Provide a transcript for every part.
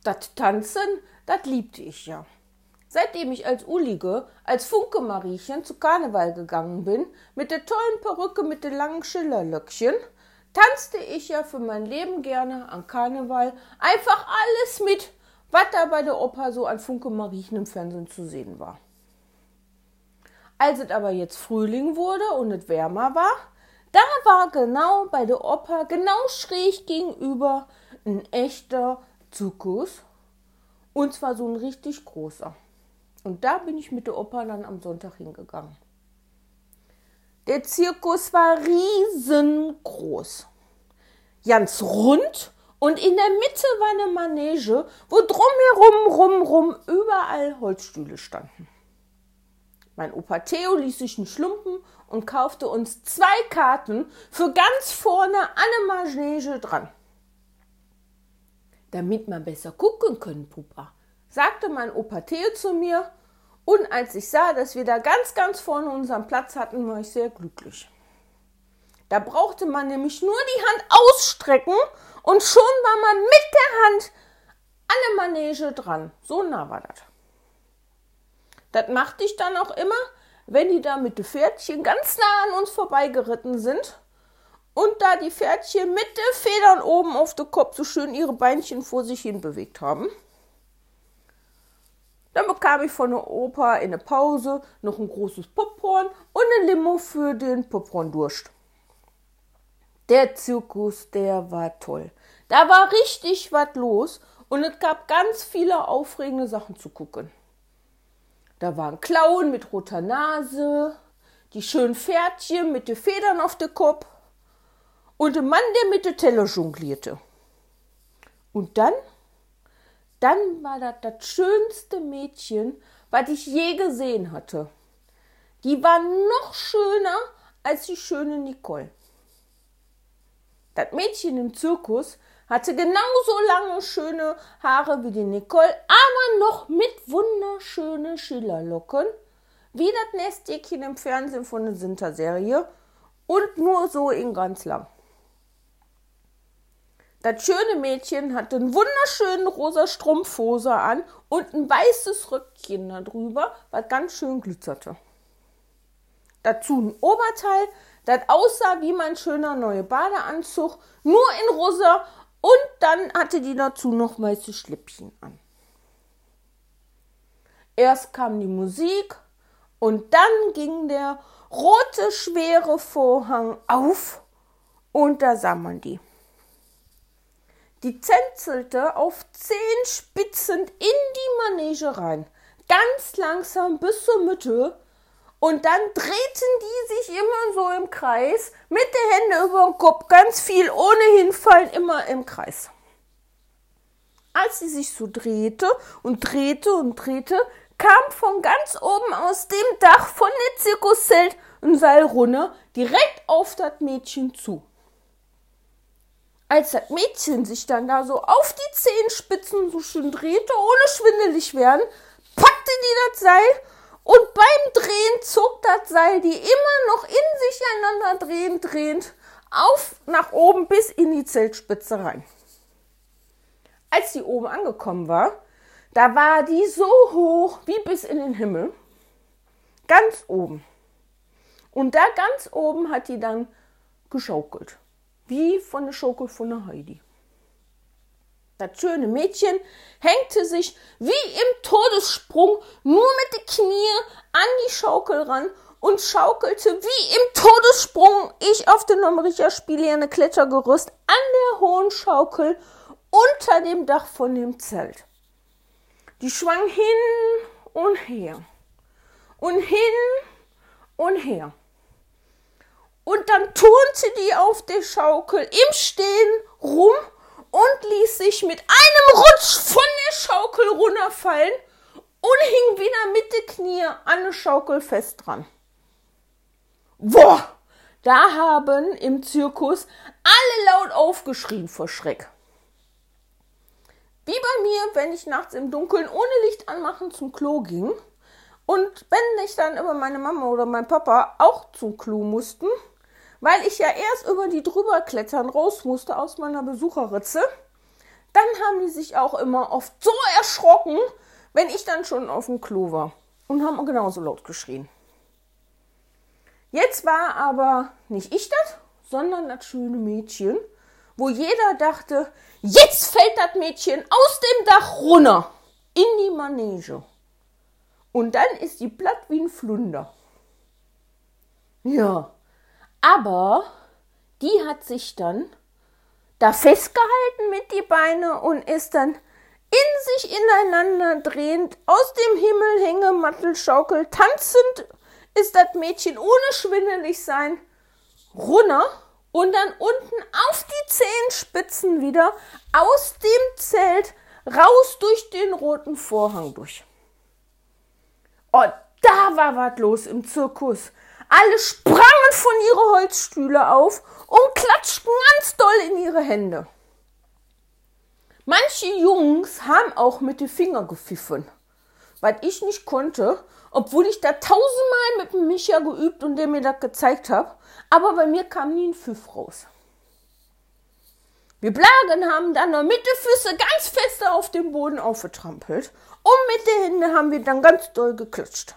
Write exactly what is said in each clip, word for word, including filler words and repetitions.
Das Tanzen, das liebte ich ja. Seitdem ich als Ulige, als Funke-Mariechen zu Karneval gegangen bin, mit der tollen Perücke mit den langen Schillerlöckchen, tanzte ich ja für mein Leben gerne an Karneval einfach alles mit, was da bei der Oper so an Funke-Mariechen im Fernsehen zu sehen war. Als es aber jetzt Frühling wurde und es wärmer war, da war genau bei der Oper, genau schräg gegenüber, ein echter Zirkus. Und zwar so ein richtig großer. Und da bin ich mit der Oper dann am Sonntag hingegangen. Der Zirkus war riesengroß. Ganz rund und in der Mitte war eine Manege, wo drumherum, rum, rum überall Holzstühle standen. Mein Opa Theo ließ sich einen Schlumpen und kaufte uns zwei Karten für ganz vorne an der Manege dran. Damit man besser gucken können, Pupa, sagte mein Opa Theo zu mir. Und als ich sah, dass wir da ganz, ganz vorne unseren Platz hatten, war ich sehr glücklich. Da brauchte man nämlich nur die Hand ausstrecken und schon war man mit der Hand an der Manege dran. So nah war das. Das machte ich dann auch immer, wenn die da mit den Pferdchen ganz nah an uns vorbeigeritten sind und da die Pferdchen mit den Federn oben auf dem Kopf so schön ihre Beinchen vor sich hin bewegt haben. Dann bekam ich von der Oper in der Pause noch ein großes Popcorn und eine Limo für den Popcorn-Durst. Der Zirkus, der war toll. Da war richtig was los und es gab ganz viele aufregende Sachen zu gucken. Da war ein Clown mit roter Nase, die schönen Pferdchen mit den Federn auf dem Kopf und ein Mann, der mit der Teller jonglierte. Und dann, dann war das das schönste Mädchen, was ich je gesehen hatte. Die war noch schöner als die schöne Nicole. Das Mädchen im Zirkus hatte genauso lange schöne Haare wie die Nicole, aber noch mit wunderschönen Schillerlocken, wie das Nesthäkchen im Fernsehen von der Sinter-Serie und nur so in ganz lang. Das schöne Mädchen hatte einen wunderschönen rosa Strumpfhose an und ein weißes Röckchen darüber, was ganz schön glitzerte. Dazu ein Oberteil, das aussah wie mein schöner neuer Badeanzug, nur in rosa, und dann hatte die dazu noch weiße Schlippchen an. Erst kam die Musik und dann ging der rote, schwere Vorhang auf und da sah man die. Die tänzelte auf Zehenspitzen in die Manege rein, ganz langsam bis zur Mitte. Und dann drehten die sich immer so im Kreis, mit den Händen über den Kopf, ganz viel ohne hinfallen, immer im Kreis. Als sie sich so drehte und drehte und drehte, kam von ganz oben aus dem Dach von der Zirkuszelt ein Seil runter, direkt auf das Mädchen zu. Als das Mädchen sich dann da so auf die Zehenspitzen so schön drehte, ohne schwindelig werden, packte die das Seil. Und beim Drehen zog das Seil die immer noch in sich einander drehend, drehend auf nach oben bis in die Zeltspitze rein. Als die oben angekommen war, da war die so hoch wie bis in den Himmel, ganz oben. Und da ganz oben hat die dann geschaukelt, wie von der Schaukel von der Heidi. Das schöne Mädchen hängte sich wie im Todessprung nur mit den Knie an die Schaukel ran und schaukelte wie im Todessprung ich auf dem Nomricher Spielerne Klettergerüst an der hohen Schaukel unter dem Dach von dem Zelt. Die schwang hin und her und hin und her. Und dann turnte die auf der Schaukel im Stehen rum und ließ sich mit einem Rutsch von der Schaukel runterfallen und hing wieder mit den Knie an der Schaukel fest dran. Boah, da haben im Zirkus alle laut aufgeschrien vor Schreck. Wie bei mir, wenn ich nachts im Dunkeln ohne Licht anmachen zum Klo ging und wenn ich dann über meine Mama oder mein Papa auch zum Klo mussten, weil ich ja erst über die drüber klettern raus musste aus meiner Besucherritze, dann haben die sich auch immer oft so erschrocken, wenn ich dann schon auf dem Klo war und haben genauso laut geschrien. Jetzt war aber nicht ich das, sondern das schöne Mädchen, wo jeder dachte, jetzt fällt das Mädchen aus dem Dach runter in die Manege. Und dann ist die platt wie ein Flunder. Ja, aber die hat sich dann da festgehalten mit die Beine und ist dann in sich ineinander drehend aus dem Himmel Hängemattelschaukel tanzend ist das Mädchen ohne schwindelig sein runter und dann unten auf die Zehenspitzen wieder aus dem Zelt raus durch den roten Vorhang durch. Oh, da war was los im Zirkus. Alle sprangen von ihren Holzstühle auf und klatschten ganz doll in ihre Hände. Manche Jungs haben auch mit den Fingern gepfiffen, weil ich nicht konnte, obwohl ich da tausendmal mit dem Micha geübt und der mir das gezeigt hat, aber bei mir kam nie ein Pfiff raus. Wir Blagen haben dann noch mit den Füßen ganz fest auf dem Boden aufgetrampelt und mit den Händen haben wir dann ganz doll geklatscht.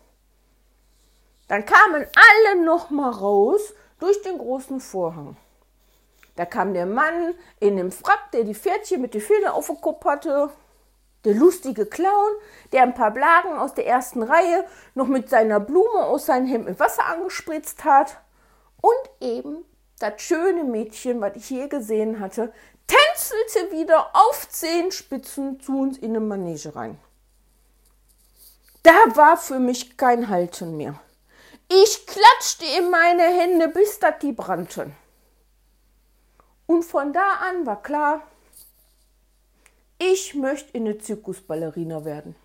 Dann kamen alle noch mal raus durch den großen Vorhang. Da kam der Mann in dem Frack, der die Pferdchen mit den Federn auf dem Kopf hatte, der lustige Clown, der ein paar Blagen aus der ersten Reihe noch mit seiner Blume aus seinem Hemd mit Wasser angespritzt hat und eben das schöne Mädchen, was ich je gesehen hatte, tänzelte wieder auf Zehenspitzen zu uns in eine Manege rein. Da war für mich kein Halten mehr. Ich klatschte in meine Hände, bis dat die brannten. Und von da an war klar, ich möchte eine Zirkusballerina werden.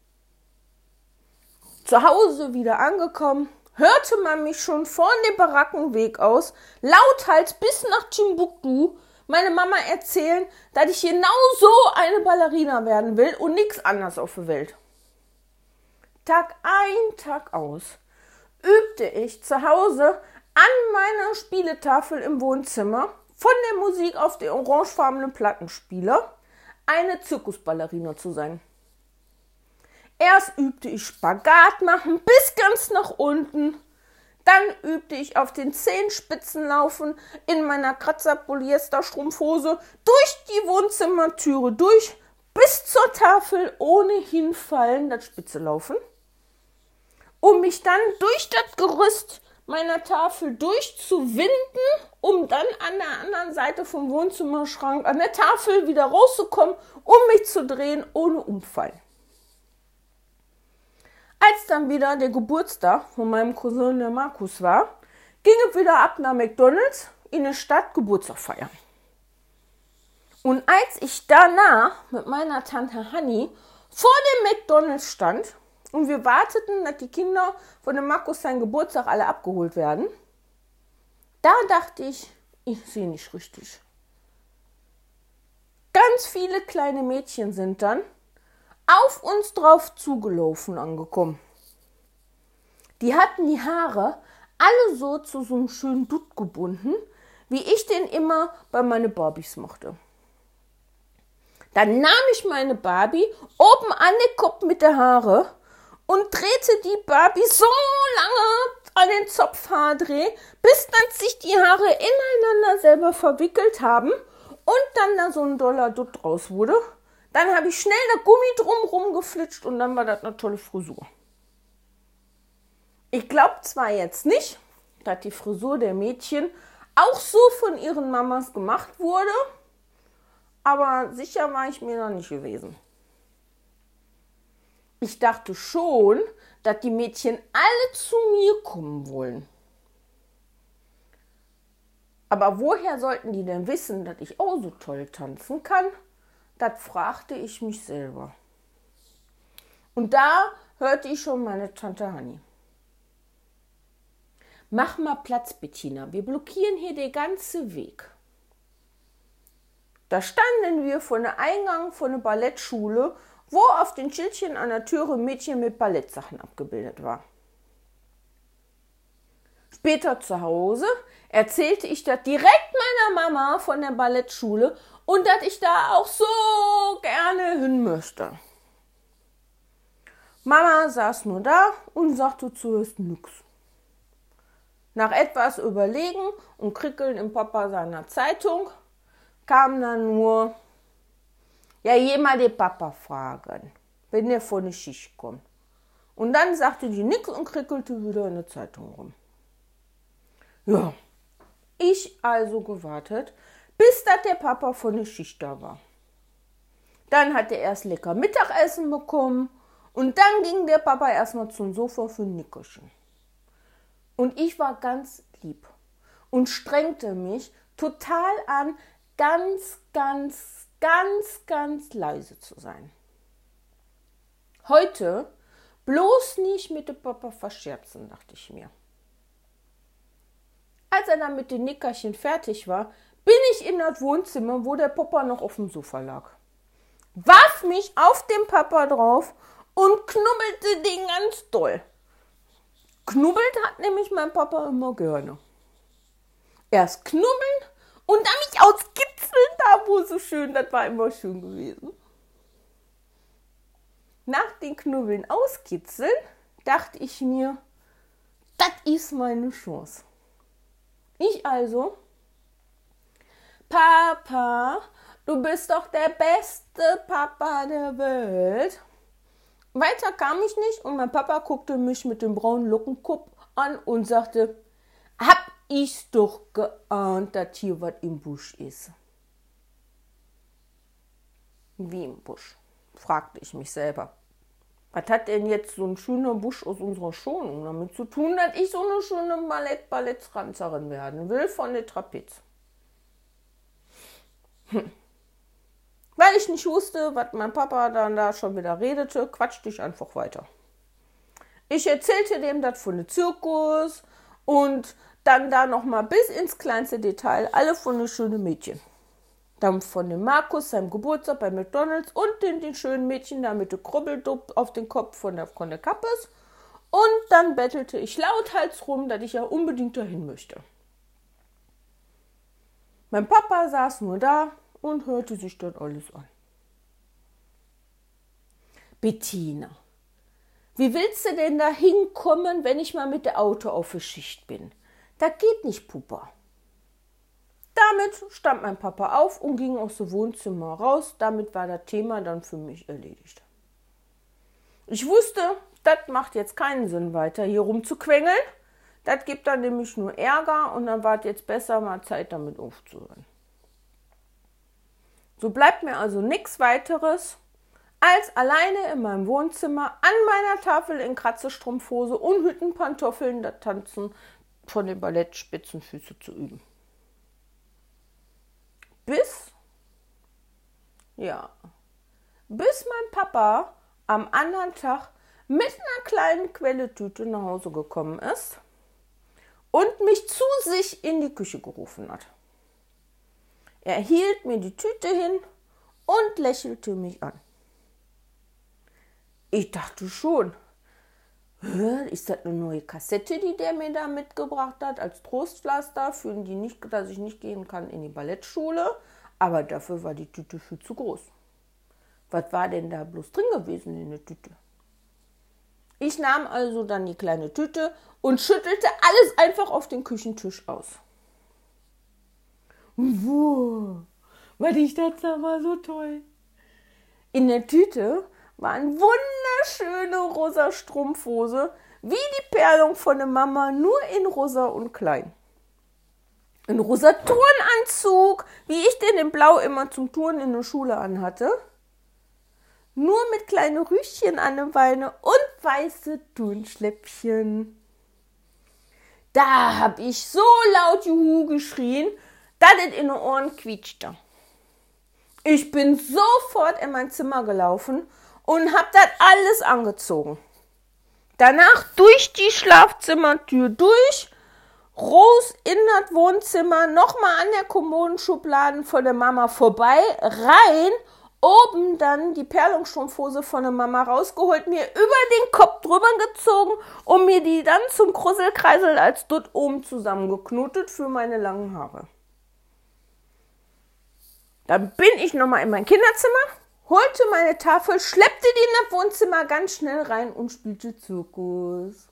Zu Hause wieder angekommen, hörte man mich schon von dem Barackenweg aus lauthals bis nach Timbuktu meine Mama erzählen, dass ich genau so eine Ballerina werden will und nichts anderes auf der Welt. Tag ein, Tag aus übte ich zu Hause an meiner Spieletafel im Wohnzimmer von der Musik auf den orangefarbenen Plattenspieler eine Zirkusballerina zu sein. Erst übte ich Spagat machen bis ganz nach unten, dann übte ich auf den Zehenspitzen laufen in meiner Kratzer-Polyester-Strumpfhose durch die Wohnzimmertüre durch bis zur Tafel ohne hinfallen, das Spitze laufen, um mich dann durch das Gerüst meiner Tafel durchzuwinden, um dann an der anderen Seite vom Wohnzimmerschrank an der Tafel wieder rauszukommen, um mich zu drehen ohne Umfall. Als dann wieder der Geburtstag von meinem Cousin der Markus war, ging es wieder ab nach McDonald's in der Stadt Geburtstag feiern. Und als ich danach mit meiner Tante Hanni vor dem McDonald's stand und wir warteten, dass die Kinder von dem Markus seinen Geburtstag alle abgeholt werden, da dachte ich, ich sehe nicht richtig. Ganz viele kleine Mädchen sind dann auf uns drauf zugelaufen angekommen. Die hatten die Haare alle so zu so einem schönen Dutt gebunden, wie ich den immer bei meinen Barbies machte. Dann nahm ich meine Barbie oben an den Kopf mit der Haare und drehte die Barbie so lange an den Zopfhaardreh, bis dann sich die Haare ineinander selber verwickelt haben und dann da so ein doller Dutt draus wurde. Dann habe ich schnell das Gummi drumherum geflitscht und dann war das eine tolle Frisur. Ich glaube zwar jetzt nicht, dass die Frisur der Mädchen auch so von ihren Mamas gemacht wurde, aber sicher war ich mir noch nicht gewesen. Ich dachte schon, dass die Mädchen alle zu mir kommen wollen. Aber woher sollten die denn wissen, dass ich auch so toll tanzen kann? Das fragte ich mich selber. Und da hörte ich schon meine Tante Hanni. Mach mal Platz, Bettina, wir blockieren hier den ganzen Weg. Da standen wir vor dem Eingang von der Ballettschule, wo auf den Schildchen an der Türe ein Mädchen mit Ballettsachen abgebildet war. Später zu Hause erzählte ich das direkt der Mama von der Ballettschule und dass ich da auch so gerne hin möchte. Mama saß nur da und sagte zuerst nix. Nach etwas Überlegen und Krickeln im Papa seiner Zeitung kam dann nur, ja, geh mal den Papa fragen, wenn der von der Schicht kommt. Und dann sagte die nix und krickelte wieder in der Zeitung rum. Ja, ich also gewartet, bis dat der Papa von der Schicht da war. Dann hat er erst lecker Mittagessen bekommen und dann ging der Papa erstmal zum Sofa für ein Nickerchen. Und ich war ganz lieb und strengte mich total an, ganz, ganz, ganz, ganz leise zu sein. Heute bloß nicht mit dem Papa verscherzen, dachte ich mir. Als er dann mit den Nickerchen fertig war, bin ich in das Wohnzimmer, wo der Papa noch auf dem Sofa lag. Warf mich auf den Papa drauf und knubbelte den ganz doll. Knubbelt hat nämlich mein Papa immer gerne. Erst knubbeln und dann mich auskitzeln, da wo so schön, das war immer schön gewesen. Nach den Knubbeln auskitzeln, dachte ich mir, das ist meine Chance. Ich also, Papa, du bist doch der beste Papa der Welt. Weiter kam ich nicht und mein Papa guckte mich mit dem braunen Lockenkopf an und sagte, hab ich's doch geahnt, dass hier was im Busch ist. Wie im Busch, fragte ich mich selber. Was hat denn jetzt so ein schöner Busch aus unserer Schonung damit zu tun, dass ich so eine schöne Ballett-Balletttanzerin werden will von der Trapez? Hm. Weil ich nicht wusste, was mein Papa dann da schon wieder redete, quatschte ich einfach weiter. Ich erzählte dem das von dem Zirkus und dann da nochmal bis ins kleinste Detail alle von den schönen Mädchen. Dann von dem Markus, seinem Geburtstag bei McDonalds und den, den schönen Mädchen da mit dem Krüppeldupp auf den Kopf von der, von der Kappes. Und dann bettelte ich lauthals rum, dass ich ja unbedingt dahin möchte. Mein Papa saß nur da und hörte sich dann alles an. Bettina, wie willst du denn da hinkommen, wenn ich mal mit der Auto auf der Schicht bin? Das geht nicht, Pupa. Damit stand mein Papa auf und ging aus dem Wohnzimmer raus. Damit war das Thema dann für mich erledigt. Ich wusste, das macht jetzt keinen Sinn, weiter hier rumzuquengeln. Das gibt dann nämlich nur Ärger und dann war es jetzt besser, mal Zeit damit aufzuhören. So bleibt mir also nichts weiteres, als alleine in meinem Wohnzimmer an meiner Tafel in Kratzestrumpfhose und Hüttenpantoffeln das Tanzen von den Ballettspitzenfüßen zu üben. Bis, ja, bis mein Papa am anderen Tag mit einer kleinen Quelletüte nach Hause gekommen ist und mich zu sich in die Küche gerufen hat. Er hielt mir die Tüte hin und lächelte mich an. Ich dachte schon, ist das eine neue Kassette, die der mir da mitgebracht hat, als Trostpflaster, für die nicht, dass ich nicht gehen kann in die Ballettschule. Aber dafür war die Tüte viel zu groß. Was war denn da bloß drin gewesen in der Tüte? Ich nahm also dann die kleine Tüte und schüttelte alles einfach auf den Küchentisch aus. Wow, was ich das aber so toll. In der Tüte war eine wunderschöne rosa Strumpfhose, wie die Perlung von der Mama, nur in rosa und klein. Ein rosa Turnanzug, wie ich den in Blau immer zum Turnen in der Schule anhatte. Nur mit kleinen Rüschen an den Beinen und weiße Turnschläppchen. Da hab ich so laut Juhu geschrien, dass es in den Ohren quietschte. Ich bin sofort in mein Zimmer gelaufen und hab das alles angezogen. Danach durch die Schlafzimmertür durch, raus in das Wohnzimmer, nochmal an der Kommodenschublade von der Mama vorbei, rein, oben dann die Perlungsstrumpfhose von der Mama rausgeholt, mir über den Kopf drüber gezogen und mir die dann zum Krusselkreisel als dort oben zusammengeknotet für meine langen Haare. Dann bin ich nochmal in mein Kinderzimmer, holte meine Tafel, schleppte die in das Wohnzimmer ganz schnell rein und spielte Zirkus.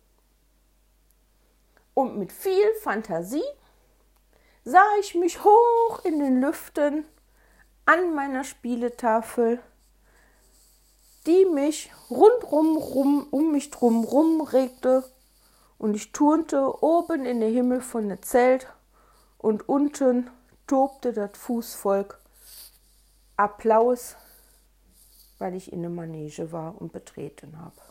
Und mit viel Fantasie sah ich mich hoch in den Lüften an meiner Spieletafel, die mich rundrum rum, um mich drum rum regte, und ich turnte oben in den Himmel von dem Zelt und unten tobte das Fußvolk Applaus, weil ich in der Manege war und betreten habe.